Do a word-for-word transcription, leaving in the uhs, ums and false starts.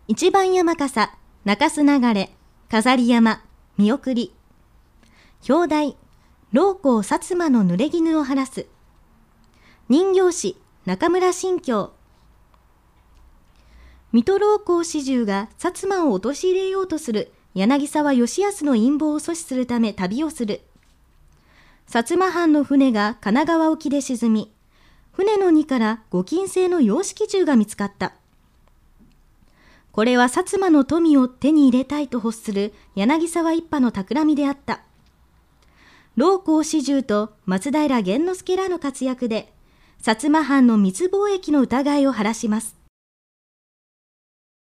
一番山笠、中洲流れ、飾り山、見送り。表題、老公薩摩の濡れ衣を晴らす。人形師、中村新京。水戸老公四十が薩摩を陥れようとする柳沢義康の陰謀を阻止するため旅をする。薩摩藩の船が神奈川沖で沈み、船の荷から五金製の洋式銃が見つかった。これは薩摩の富を手に入れたいと欲する柳沢一派の企みであった。老公四十と松平玄之介らの活躍で、薩摩藩の密貿易の疑いを晴らします。